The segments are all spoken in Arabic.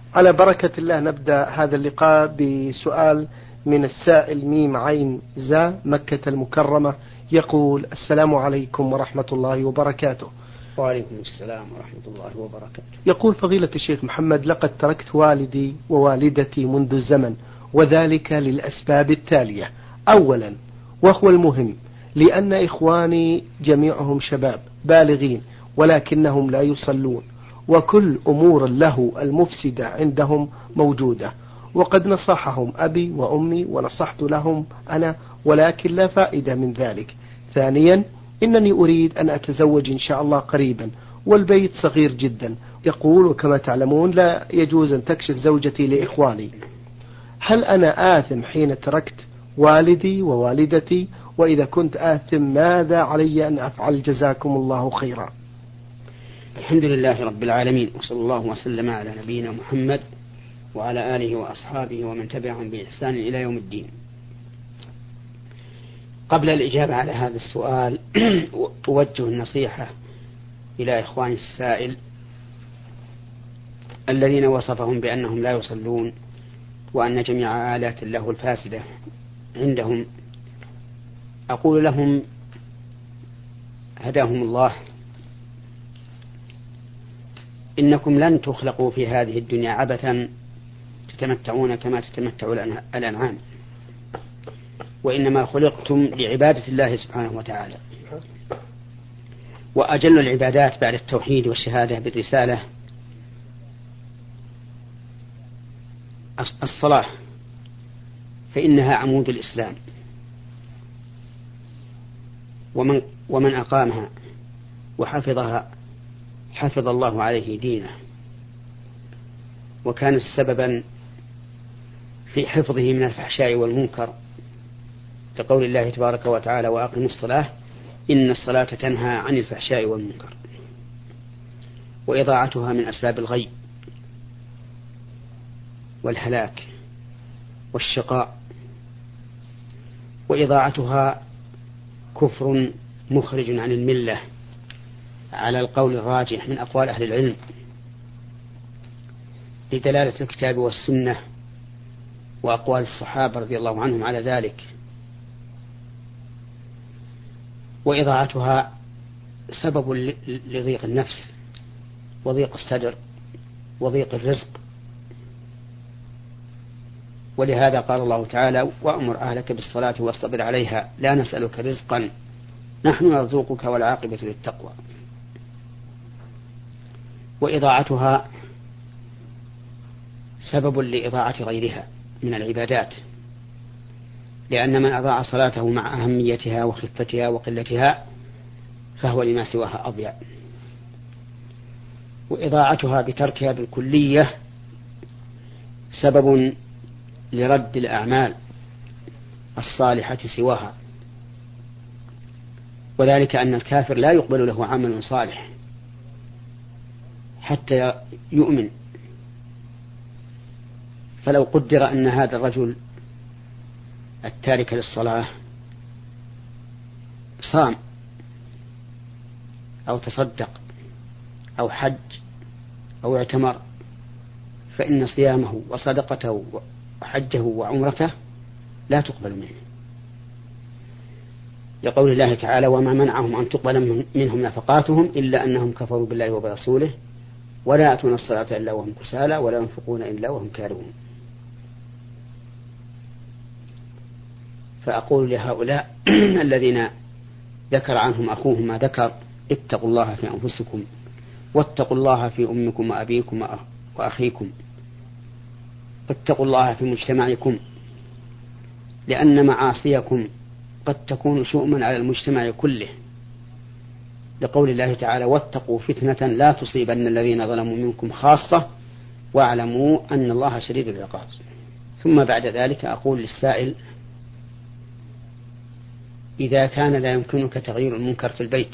على بركة الله نبدأ هذا اللقاء بسؤال من السائل ميم عين زا مكة المكرمة، يقول: السلام عليكم ورحمة الله وبركاته. وعليكم السلام ورحمة الله وبركاته. يقول: فضيلة الشيخ محمد، لقد تركت والدي ووالدتي منذ الزمن، وذلك للأسباب التالية: أولا، وهو المهم، لأن إخواني جميعهم شباب بالغين ولكنهم لا يصلون، وكل أمور له المفسدة عندهم موجودة، وقد نصحهم أبي وأمي ونصحت لهم أنا، ولكن لا فائدة من ذلك. ثانيا، إنني أريد أن أتزوج إن شاء الله قريبا، والبيت صغير جدا. يقول: وكما تعلمون لا يجوز أن تكشف زوجتي لإخواني. هل أنا آثم حين تركت والدي ووالدتي؟ وإذا كنت آثم ماذا علي أن أفعل؟ جزاكم الله خيرا. الحمد لله رب العالمين، وصلى الله وسلم على نبينا محمد وعلى آله وأصحابه ومن تبعهم بإحسان إلى يوم الدين. قبل الإجابة على هذا السؤال أوجه النصيحة إلى إخوان السائل الذين وصفهم بأنهم لا يصلون، وأن جميع آلات الله الفاسدة عندهم. أقول لهم هداهم الله: إنكم لن تخلقوا في هذه الدنيا عبثا تتمتعون كما تتمتع الأنعام، وإنما خلقتم لعبادة الله سبحانه وتعالى. وأجل العبادات بعد التوحيد والشهادة بالرسالة الصلاة، فإنها عمود الإسلام، ومن أقامها وحفظها حفظ الله عليه دينه، وكانت سببا في حفظه من الفحشاء والمنكر، كقول الله تبارك وتعالى: وأقم الصلاة إن الصلاة تنهى عن الفحشاء والمنكر. وإضاعتها من أسباب الغي والهلاك والشقاء، وإضاعتها كفر مخرج عن الملة على القول الراجح من أقوال أهل العلم، لدلالة الكتاب والسنة وأقوال الصحابة رضي الله عنهم على ذلك. وإضاعتها سبب لضيق النفس وضيق الصدر وضيق الرزق، ولهذا قال الله تعالى: وأمر أهلك بالصلاة واصطبر عليها لا نسألك رزقا نحن نرزقك والعاقبة للتقوى. وإضاعتها سبب لإضاعة غيرها من العبادات، لأن من أضاع صلاته مع أهميتها وخفتها وقلتها فهو لما سواها أضيع. وإضاعتها بتركها بالكلية سبب لرد الأعمال الصالحة سواها، وذلك أن الكافر لا يقبل له عمل صالح حتى يؤمن. فلو قدر أن هذا الرجل التارك للصلاة صام أو تصدق أو حج أو اعتمر، فإن صيامه وصدقته وحجه وعمرته لا تقبل منه، لقول الله تعالى: وما منعهم أن تقبل منهم نفقاتهم إلا أنهم كفروا بالله وبرسوله ولا يأتون الصلاة إلا وهم كسالى ولا ينفقون إلا وهم كارهون. فأقول لهؤلاء الذين ذكر عنهم أخوهم ما ذكر: اتقوا الله في أنفسكم واتقوا الله في أمكم وأبيكم وأخيكم، واتقوا الله في مجتمعكم، لأن معاصيكم قد تكون شؤما على المجتمع كله، لقول الله تعالى: واتقوا فتنة لا تصيبن الذين ظلموا منكم خاصة واعلموا أن الله شديد العقاب. ثم بعد ذلك أقول للسائل: إذا كان لا يمكنك تغيير المنكر في البيت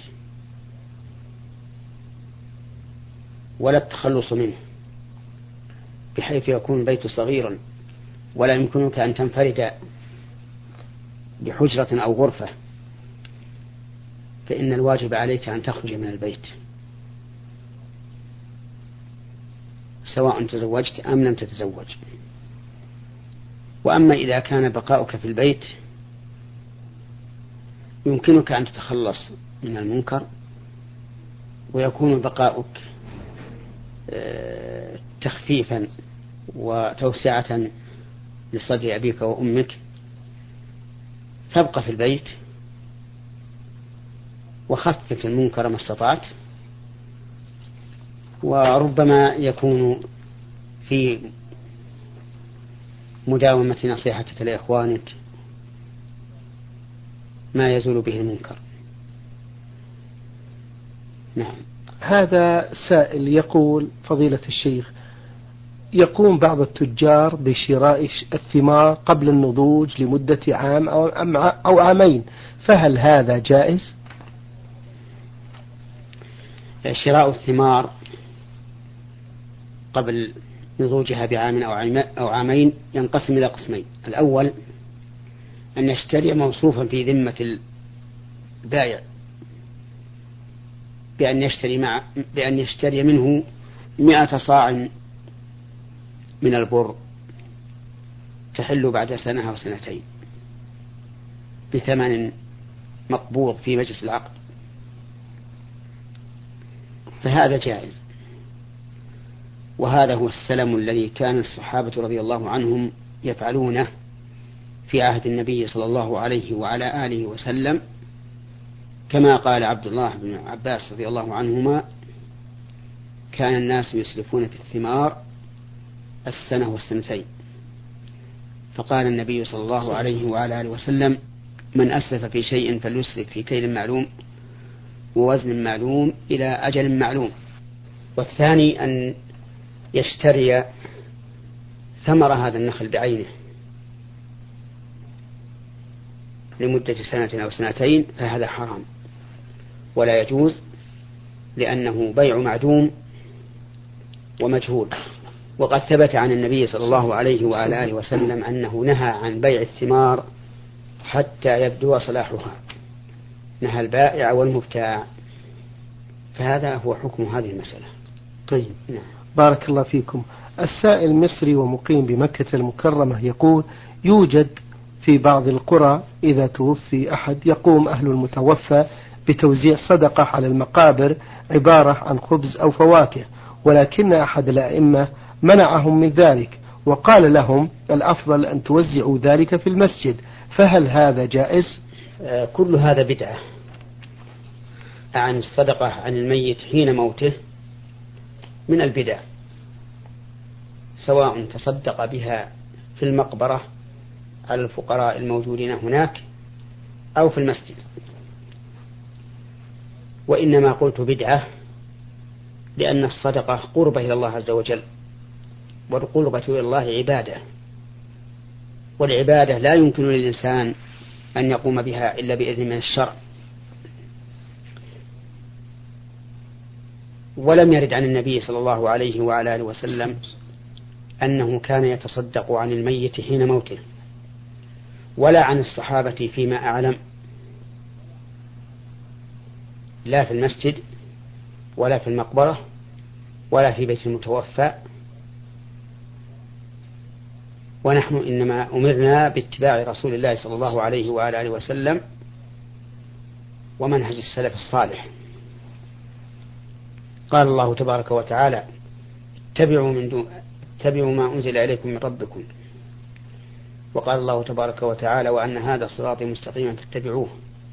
ولا التخلص منه بحيث يكون البيت صغيرا ولا يمكنك أن تنفرد بحجرة أو غرفة، فإن الواجب عليك أن تخرج من البيت. سواء تزوجت أم لم تتزوج. وأما إذا كان بقاؤك في البيت يمكنك أن تتخلص من المنكر، ويكون بقاؤك تخفيفا وتوسعة لصدر أبيك وأمك، فابق في البيت وخفف المنكر ما استطعت. وربما يكون في مداومة نصيحتك لإخوانك ما يزول به المنكر. نعم. هذا سائل يقول: فضيلة الشيخ، يقوم بعض التجار بشراء الثمار قبل النضوج لمدة عام أو عامين، فهل هذا جائز؟ شراء الثمار قبل نضوجها بعام أو عامين ينقسم إلى قسمين: الأول أن يشتري موصوفا في ذمة البائع بأن يشتري منه 100 صاع من البر تحل بعد سنة أو سنتين بثمن مقبوض في مجلس العقد، فهذا جائز. وهذا هو السلم الذي كان الصحابة رضي الله عنهم يفعلونه في عهد النبي صلى الله عليه وعلى آله وسلم، كما قال عبد الله بن عباس رضي الله عنهما: كان الناس يسلفون في الثمار السنة والسنتين. فقال النبي صلى الله عليه وعلى آله وسلم: من أسلف في شيء فليسلف في كيل معلوم ووزن معلوم إلى أجل معلوم. والثاني أن يشتري ثمر هذا النخل بعينه لمدة سنة أو سنتين، فهذا حرام ولا يجوز، لأنه بيع معدوم ومجهول. وقد ثبت عن النبي صلى الله عليه وعلى آله وسلم أنه نهى عن بيع الثمار حتى يبدو صلاحها، نهى البائع والمبتاع. فهذا هو حكم هذه المسألة. طيب. نعم. بارك الله فيكم. السائل مصري ومقيم بمكة المكرمة يقول: يوجد في بعض القرى إذا توفي أحد يقوم أهل المتوفى بتوزيع صدقة على المقابر عبارة عن خبز أو فواكه، ولكن أحد الأئمة منعهم من ذلك وقال لهم الأفضل أن توزعوا ذلك في المسجد، فهل هذا جائز؟ كل هذا بدعة. عن الصدقة عن الميت حين موته من البدع، سواء تصدق بها في المقبرة على الفقراء الموجودين هناك أو في المسجد. وإنما قلت بدعة لأن الصدقة قربة إلى الله عز وجل، والقربة إلى الله عبادة، والعبادة لا يمكن للإنسان أن يقوم بها إلا بإذن من الشرع. ولم يرد عن النبي صلى الله عليه وعلى آله وسلم أنه كان يتصدق عن الميت حين موته، ولا عن الصحابة فيما أعلم، لا في المسجد ولا في المقبرة ولا في بيت المتوفى. ونحن إنما أمرنا باتباع رسول الله صلى الله عليه وعلى آله وسلم ومنهج السلف الصالح. قال الله تبارك وتعالى: اتبعوا ما أنزل إليكم من ربكم. وقال الله تبارك وتعالى: وأن هذا صراطي مستقيما فاتبعوه.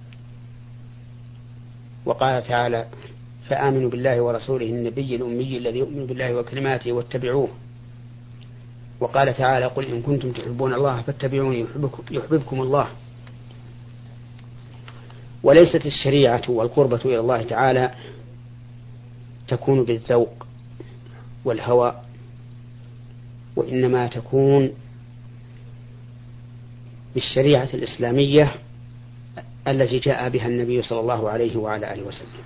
وقال تعالى: فآمنوا بالله ورسوله النبي الأمي الذي يؤمن بالله وكلماته واتبعوه. وقال تعالى: قل إن كنتم تحبون الله فاتبعوني يحببكم الله. وليست الشريعة والقربة إلى الله تعالى تكون بالذوق والهوى، وإنما تكون بالشريعة الإسلامية التي جاء بها النبي صلى الله عليه وعلى آله وسلم.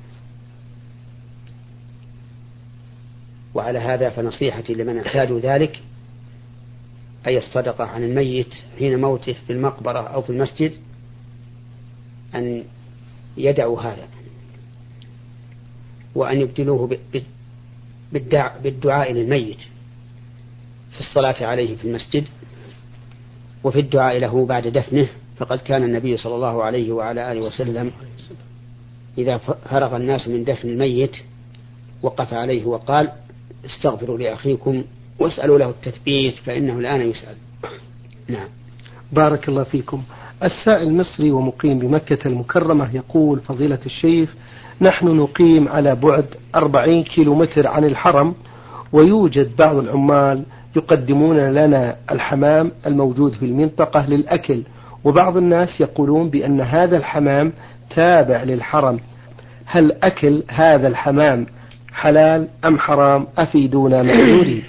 وعلى هذا فنصيحتي لمن اعتادوا ذلك، أي الصدقة عن الميت حين موته في المقبرة أو في المسجد، أن يدعوا هذا وأن يبدلوه بالدعاء للميت في الصلاة عليه في المسجد وفي الدعاء له بعد دفنه، فقد كان النبي صلى الله عليه وعلى آله وسلم إذا فرغ الناس من دفن الميت وقف عليه وقال: استغفروا لأخيكم واسألوا له التثبيت فإنه الآن يسأل. نعم. بارك الله فيكم. السائل مصري ومقيم بمكة المكرمة يقول: فضيلة الشيخ، نحن نقيم على بعد 40 كيلومتر عن الحرم، ويوجد بعض العمال يقدمون لنا الحمام الموجود في المنطقة للأكل، وبعض الناس يقولون بأن هذا الحمام تابع للحرم، هل أكل هذا الحمام حلال أم حرام؟ أفيدونا مأجورين.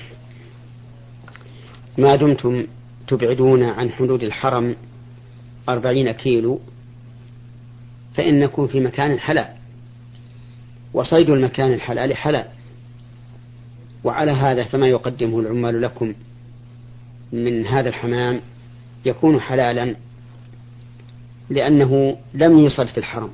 ما دمتم تبعدون عن حدود الحرم 40 كيلو فإنكم في مكان حلال، وصيد المكان الحلال حلال، وعلى هذا فما يقدمه العمال لكم من هذا الحمام يكون حلالا لأنه لم يصد في الحرم.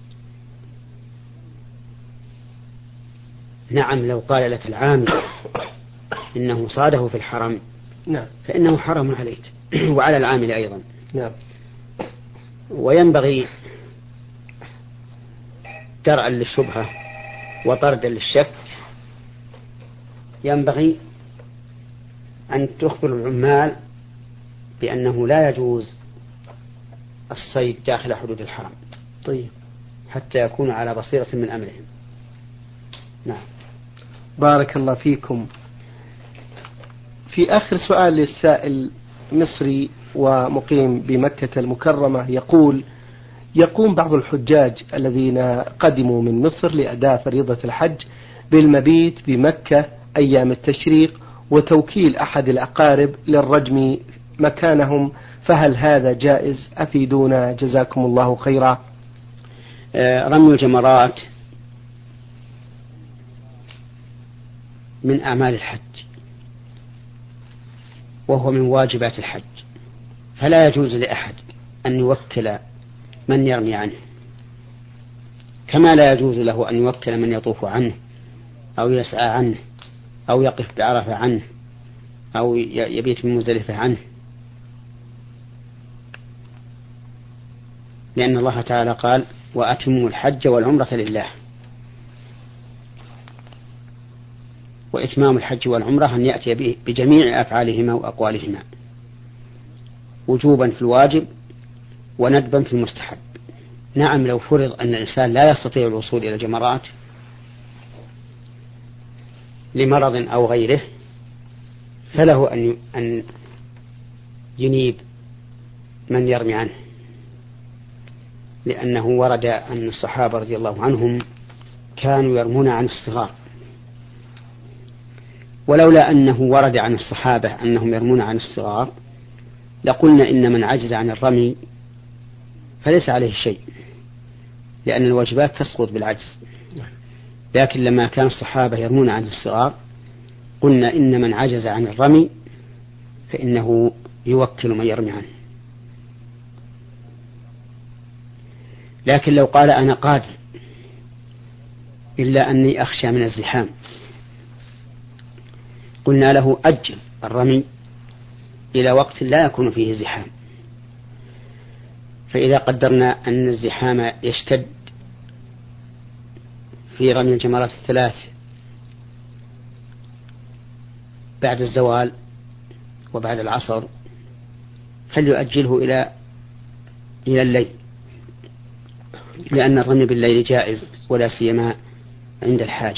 نعم، لو قال لك العامل إنه صاده في الحرم نعم فإنه حرم عليك وعلى العامل أيضا. نعم. وينبغي درءا للشبهة وطردا للشك، ينبغي أن تخبر العمال بأنه لا يجوز الصيد داخل حدود الحرم. طيب. حتى يكونوا على بصيرة من أمرهم. نعم. بارك الله فيكم. في آخر سؤال للسائل مصري ومقيم بمكة المكرمة يقول: يقوم بعض الحجاج الذين قدموا من مصر لأداء فريضة الحج بالمبيت بمكة أيام التشريق وتوكيل أحد الأقارب للرجم مكانهم، فهل هذا جائز؟ أفيدونا جزاكم الله خيرا. رمي الجمرات من أعمال الحج وهو من واجبات الحج، فلا يجوز لأحد أن يوكل من يرمي عنه، كما لا يجوز له أن يوكل من يطوف عنه أو يسعى عنه أو يقف بعرفة عنه أو يبيت من مزدلفة عنه، لأن الله تعالى قال: وأتموا الحج والعمرة لله. وإتمام الحج والعمرة أن يأتي بجميع أفعالهما وأقوالهما، وجوبا في الواجب وندبا في المستحب. نعم، لو فرض أن الإنسان لا يستطيع الوصول إلى الجمرات لمرض أو غيره فله أن ينيب من يرمي عنه، لأنه ورد أن الصحابة رضي الله عنهم كانوا يرمون عن الصغار، ولولا أنه ورد عن الصحابة أنهم يرمون عن الصغار لقلنا إن من عجز عن الرمي فليس عليه شيء، لأن الواجبات تسقط بالعجز. لكن لما كان الصحابة يرمون عن الصغار قلنا إن من عجز عن الرمي فإنه يوكل من يرمي عنه. لكن لو قال: أنا قادر إلا أني أخشى من الزحام، قلنا له: أجل الرمي إلى وقت لا يكون فيه زحام. فإذا قدرنا أن الزحام يشتد في رمي الجمرات الثلاث بعد الزوال وبعد العصر فليؤجله إلى الليل، لأن الرمي بالليل جائز ولا سيما عند الحاجة.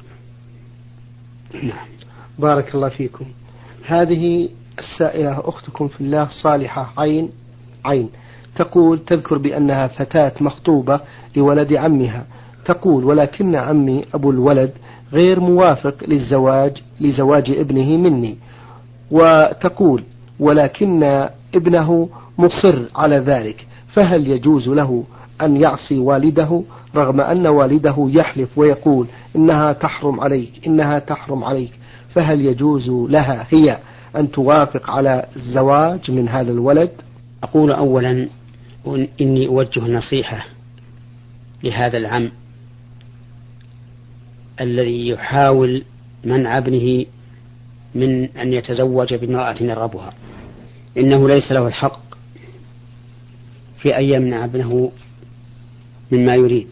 نعم. بارك الله فيكم. هذه السائلة أختكم في الله صالحة عين تقول: تذكر بأنها فتاة مخطوبة لولد عمها، تقول: ولكن عمي أبو الولد غير موافق لزواج ابنه مني، وتقول: ولكن ابنه مصر على ذلك، فهل يجوز له أن يعصي والده رغم أن والده يحلف ويقول إنها تحرم عليك، فهل يجوز لها هي أن توافق على الزواج من هذا الولد؟ أقول أولا إني أوجه نصيحة لهذا العم الذي يحاول منع ابنه من أن يتزوج بامرأة يرغبها، إنه ليس له الحق في أن يمنع ابنه مما يريد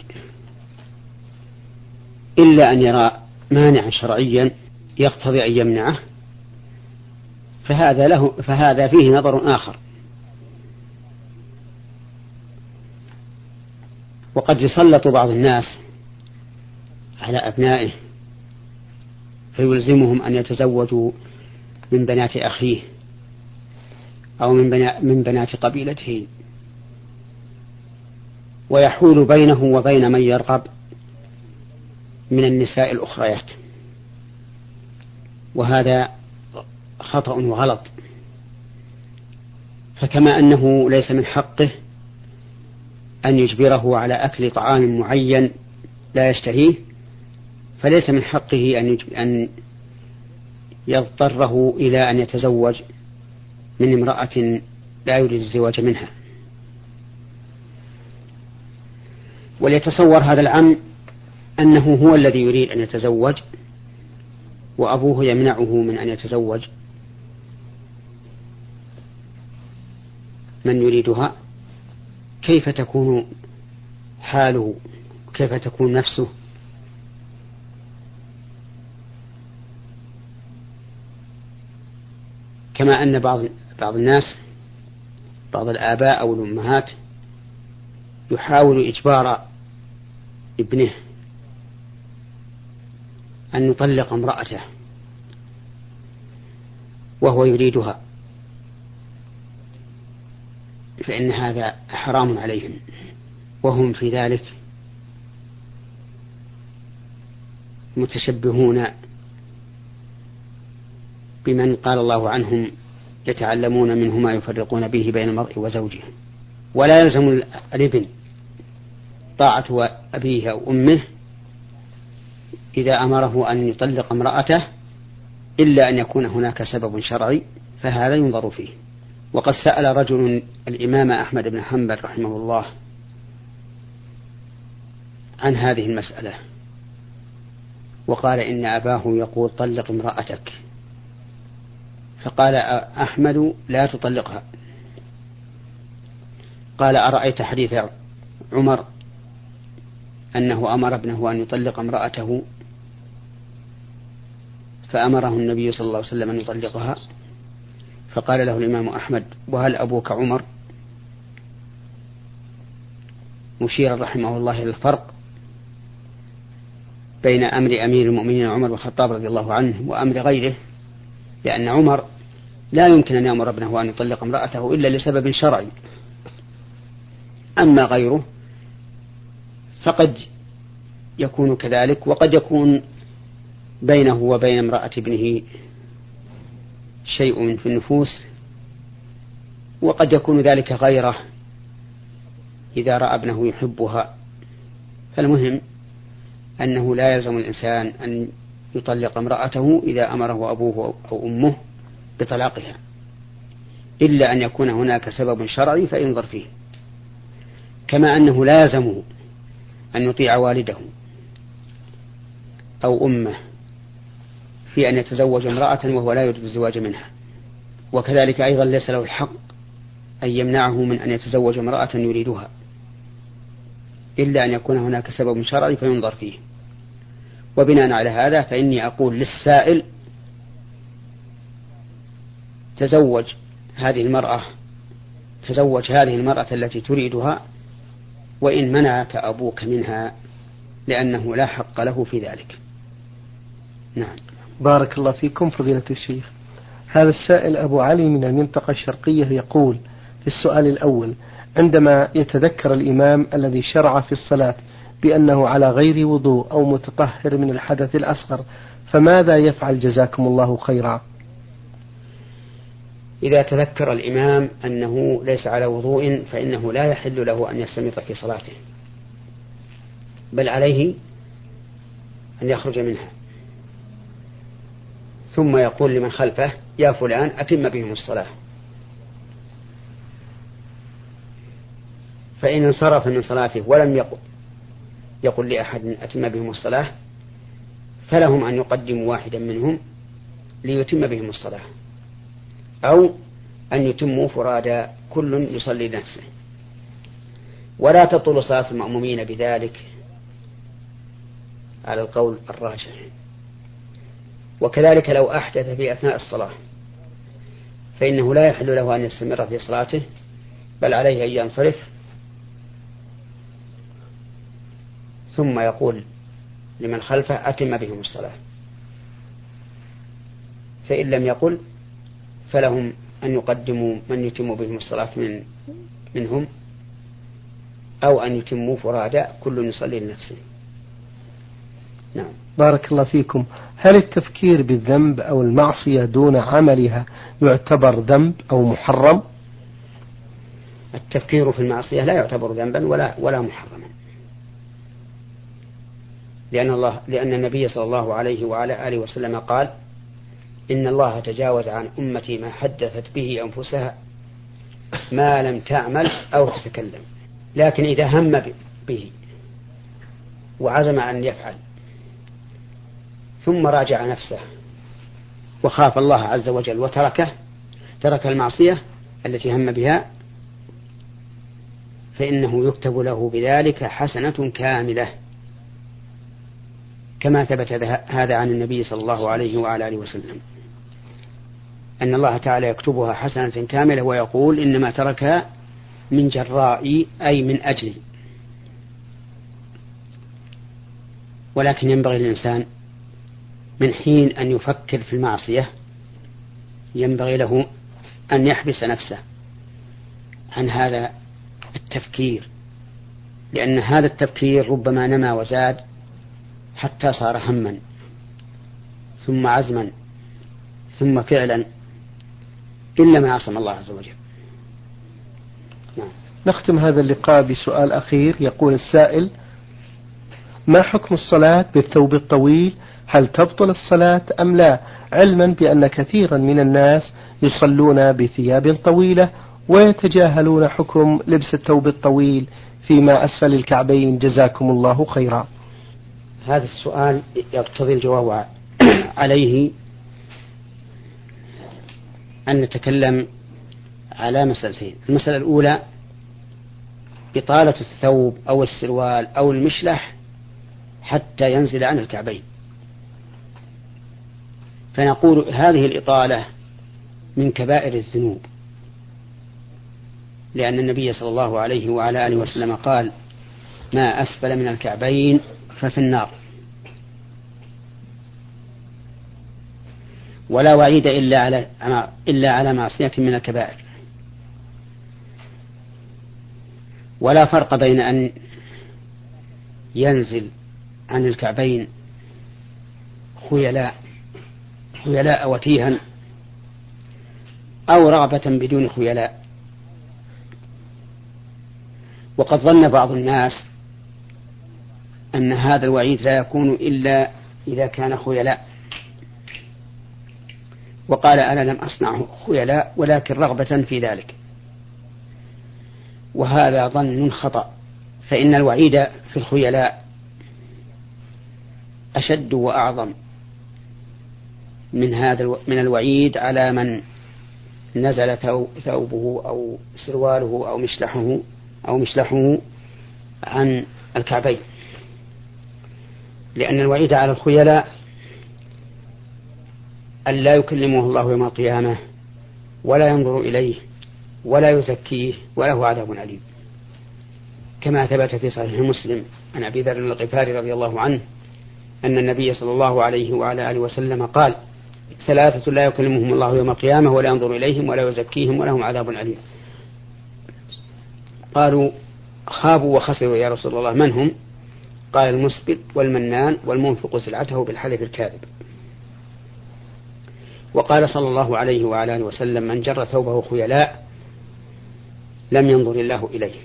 إلا أن يرى مانعا شرعيا يقتضي أن يمنعه، فهذا فيه نظر آخر. وقد يسلط بعض الناس على أبنائه فيلزمهم أن يتزوجوا من بنات أخيه أو من بنات قبيلته، ويحول بينه وبين من يرغب من النساء الأخريات، وهذا خطأ وغلط. فكما أنه ليس من حقه أن يجبره على أكل طعام معين لا يشتهيه، فليس من حقه أن يضطره إلى أن يتزوج من امرأة لا يريد الزواج منها. وليتصور هذا العم أنه هو الذي يريد أن يتزوج وأبوه يمنعه من أن يتزوج من يريدها، كيف تكون حاله؟ كيف تكون نفسه؟ كما أن بعض الناس، بعض الآباء أو الأمهات، يحاول إجبار ابنه أن يطلق امرأته وهو يريدها، فإن هذا حرام عليهم، وهم في ذلك متشبهون بمن قال الله عنهم يتعلمون منه ما يفرقون به بين المرء وزوجه. ولا يلزم الابن طاعة أبيه أو أمه إذا أمره أن يطلق امرأته إلا أن يكون هناك سبب شرعي، فهذا ينظر فيه. وقد سأل رجل الإمام أحمد بن حنبل رحمه الله عن هذه المسألة، وقال إن أباه يقول طلق امرأتك، فقال أحمد لا تطلقها. قال أرأيت حديث عمر أنه أمر ابنه أن يطلق امرأته فأمره النبي صلى الله عليه وسلم أن يطلقها؟ فقال له الإمام أحمد وهل أبوك عمر؟ مشيرا رحمه الله إلى الفرق بين أمر أمير المؤمنين عمر بن الخطاب رضي الله عنه وأمر غيره، لأن عمر لا يمكن أن يأمر ابنه أن يطلق امرأته إلا لسبب شرعي، أما غيره فقد يكون كذلك، وقد يكون بينه وبين امرأة ابنه شيء في النفوس، وقد يكون ذلك غيره إذا رأى ابنه يحبها. فالمهم أنه لا يلزم الإنسان أن يطلق امرأته إذا أمره أبوه أو أمه بطلاقها، إلا أن يكون هناك سبب شرعي فينظر فيه. كما أنه لا يلزم أن يطيع والده أو أمه في أن يتزوج امرأة وهو لا يريد الزواج منها، وكذلك أيضا ليس له الحق أن يمنعه من أن يتزوج امرأة يريدها، إلا أن يكون هناك سبب شرعي فينظر فيه. وبناء على هذا فإني أقول للسائل تزوج هذه المرأة التي تريدها وإن منعك أبوك منها، لأنه لا حق له في ذلك. نعم. بارك الله فيكم فضيلة الشيخ. هذا السائل أبو علي من المنطقة الشرقية يقول في السؤال الأول: عندما يتذكر الإمام الذي شرع في الصلاة بأنه على غير وضوء أو متطهر من الحدث الأصغر فماذا يفعل جزاكم الله خيرا؟ إذا تذكر الإمام أنه ليس على وضوء فإنه لا يحل له أن يستمر في صلاته، بل عليه أن يخرج منها، ثم يقول لمن خلفه يا فلان أتم بهم الصلاة. فإن انصرف من صلاته ولم يقل لأحد أتم بهم الصلاة فلهم أن يقدموا واحدا منهم ليتم بهم الصلاة، أو أن يتموا فرادى كل يصلي نفسه، ولا تطول صلاة المأمومين بذلك على القول الراجح. وكذلك لو أحدث في أثناء الصلاة فإنه لا يحل له أن يستمر في صلاته، بل عليه أن ينصرف ثم يقول لمن خلفه أتم بهم الصلاة، فإن لم يقل فلهم أن يقدموا من يتم بهم الصلاة منهم، أو أن يتموا فرادى كل يصلي لنفسه. نعم. بارك الله فيكم. هل التفكير بالذنب أو المعصية دون عملها يعتبر ذنب أو محرم؟ التفكير في المعصية لا يعتبر ذنبا ولا محرما، لأن النبي صلى الله عليه وعلى آله وسلم قال: إن الله تجاوز عن أمتي ما حدثت به أنفسها ما لم تعمل أو تتكلم. لكن إذا هم به وعزم أن يفعل ثم راجع نفسه وخاف الله عز وجل ترك المعصية التي هم بها، فإنه يكتب له بذلك حسنة كاملة، كما ثبت هذا عن النبي صلى الله عليه وعلى آله وسلم، أن الله تعالى يكتبها حسنة كاملة ويقول: إنما تركها من جرائي، أي من أجلي. ولكن ينبغي للإنسان من حين أن يفكر في المعصية ينبغي له أن يحبس نفسه عن هذا التفكير، لأن هذا التفكير ربما نما وزاد حتى صار هما ثم عزما ثم فعلا، إلا ما عصم الله عز وجل. نعم. نختم هذا اللقاء بسؤال أخير. يقول السائل: ما حكم الصلاة بالثوب الطويل؟ هل تبطل الصلاة أم لا؟ علما بأن كثيرا من الناس يصلون بثياب طويلة ويتجاهلون حكم لبس الثوب الطويل فيما أسفل الكعبين، جزاكم الله خيرا. هذا السؤال يقتضي الجواب عليه أن نتكلم على مسألتين. المسألة الأولى: إطالة الثوب أو السروال أو المشلح حتى ينزل عن الكعبين، فنقول هذه الإطالة من كبائر الذنوب، لأن النبي صلى الله عليه وعلى آله وسلم قال: ما أسفل من الكعبين ففي النار. ولا وعيد إلا على معصية من الكبائر. ولا فرق بين أن ينزل عن الكعبين خيلاء وتيها أو رغبة بدون خيلاء. وقد ظن بعض الناس أن هذا الوعيد لا يكون إلا إذا كان خيلاء، وقال: أنا لم أصنعه خيلاء ولكن رغبة في ذلك. وهذا ظن خطأ، فإن الوعيد في الخيلاء أشد وأعظم من الوعيد على من نزل ثوبه أو سرواله أو مشلحه عن الكعبين، لأن الوعيد على الخيلاء أن لا يكلمه الله يوم القيامة ولا ينظر إليه ولا يزكيه وله عذاب أليم، كما ثبت في صحيح مسلم عن أبي ذر الغفاري رضي الله عنه أن النبي صلى الله عليه وعلى آله وسلم قال: 3 لا يكلمهم الله يوم القيامة ولا ينظر إليهم ولا يزكيهم ولهم عذاب أليم. قالوا: خابوا وخسروا يا رسول الله، من هم؟ قال: المسبل والمنان والمنفق سلعته بالحلف الكاذب. وقال صلى الله عليه وعلى آله وسلم: من جر ثوبه خيلاء لم ينظر الله إليه.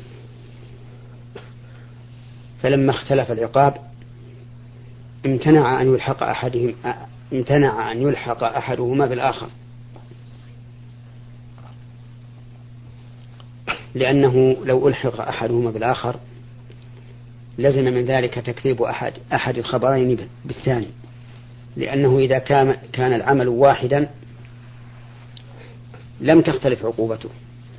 فلما اختلف العقاب امتنع أن يلحق أحدهما بالآخر، لأنه لو ألحق أحدهما بالآخر لزم من ذلك تكذيب أحد الخبرين بالثاني، لأنه إذا كان العمل واحدا لم تختلف عقوبته.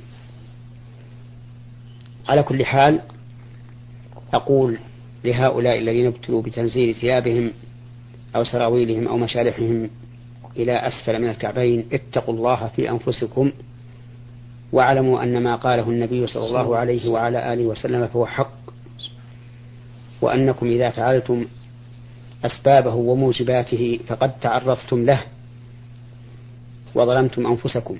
على كل حال أقول لهؤلاء الذين ابتلوا بتنزيل ثيابهم أو سراويلهم أو مشالحهم إلى أسفل من الكعبين اتقوا الله في أنفسكم، واعلموا أن ما قاله النبي صلى الله عليه وعلى آله وسلم فهو حق، وأنكم إذا فعلتم أسبابه وموجباته فقد تعرضتم له وظلمتم أنفسكم.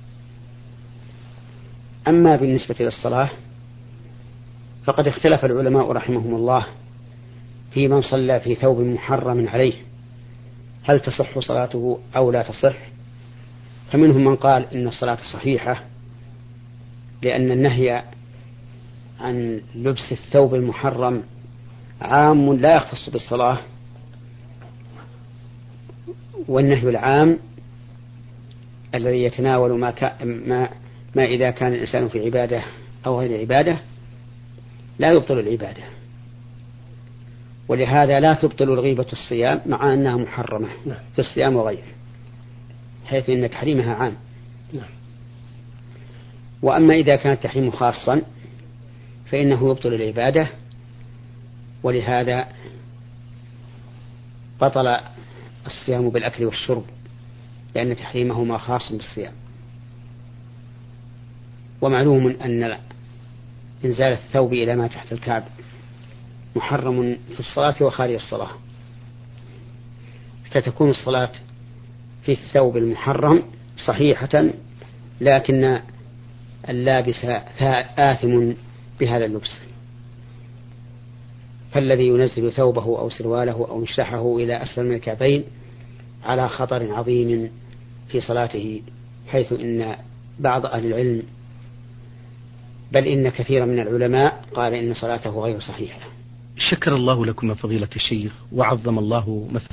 أما بالنسبة للصلاة فقد اختلف العلماء رحمهم الله في من صلى في ثوب محرم عليه هل تصح صلاته أو لا تصح. فمنهم من قال إن الصلاة صحيحة، لأن النهي عن لبس الثوب المحرم عام لا يختص بالصلاة، والنهي العام الذي يتناول ما إذا كان الإنسان في عبادة أو غير عبادة لا يبطل العبادة، ولهذا لا تبطل الغيبة الصيام مع أنها محرمة في الصيام وغيره، حيث أن تحريمها عام. وأما إذا كان التحريم خاصا فإنه يبطل العبادة، ولهذا بطل الصيام بالأكل والشرب، لأن تحريمهما خاص بالصيام. ومعلوم أن إنزال الثوب إلى ما تحت الكعب محرم في الصلاة وخارج الصلاة، فتكون الصلاة في الثوب المحرم صحيحة، لكن اللابس آثم بهذا اللبس. فالذي ينزل ثوبه أو سرواله أو مشلحه إلى أسفل من الكعبين على خطر عظيم في صلاته، حيث إن بعض أهل العلم بل إن كثيرا من العلماء قال إن صلاته غير صحيحة. شكر الله لكم فضيلة الشيخ وعظم الله مثل